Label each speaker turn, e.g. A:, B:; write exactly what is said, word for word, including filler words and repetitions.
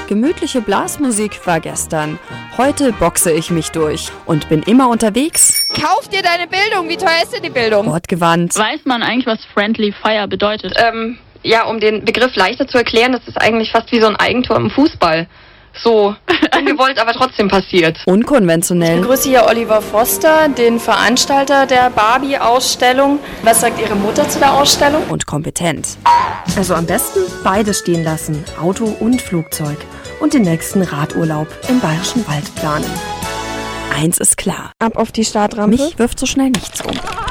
A: Gemütliche Blasmusik war gestern. Heute boxe ich mich durch und bin immer unterwegs.
B: Kauf dir deine Bildung. Wie teuer ist denn die Bildung?
A: Wortgewandt.
C: Weiß man eigentlich, was Friendly Fire bedeutet?
D: Ähm, ja, um den Begriff leichter zu erklären, das ist eigentlich fast wie so ein Eigentor im Fußball. So ungewollt, aber trotzdem passiert.
A: Unkonventionell.
E: Ich begrüße hier Oliver Foster, den Veranstalter der Barbie-Ausstellung. Was sagt Ihre Mutter zu der Ausstellung?
A: Und kompetent.
F: Also am besten beides stehen lassen, Auto und Flugzeug. Und den nächsten Radurlaub im Bayerischen Wald planen.
A: Eins ist klar.
G: Ab auf die Startrampe.
A: Mich wirft so schnell nichts um.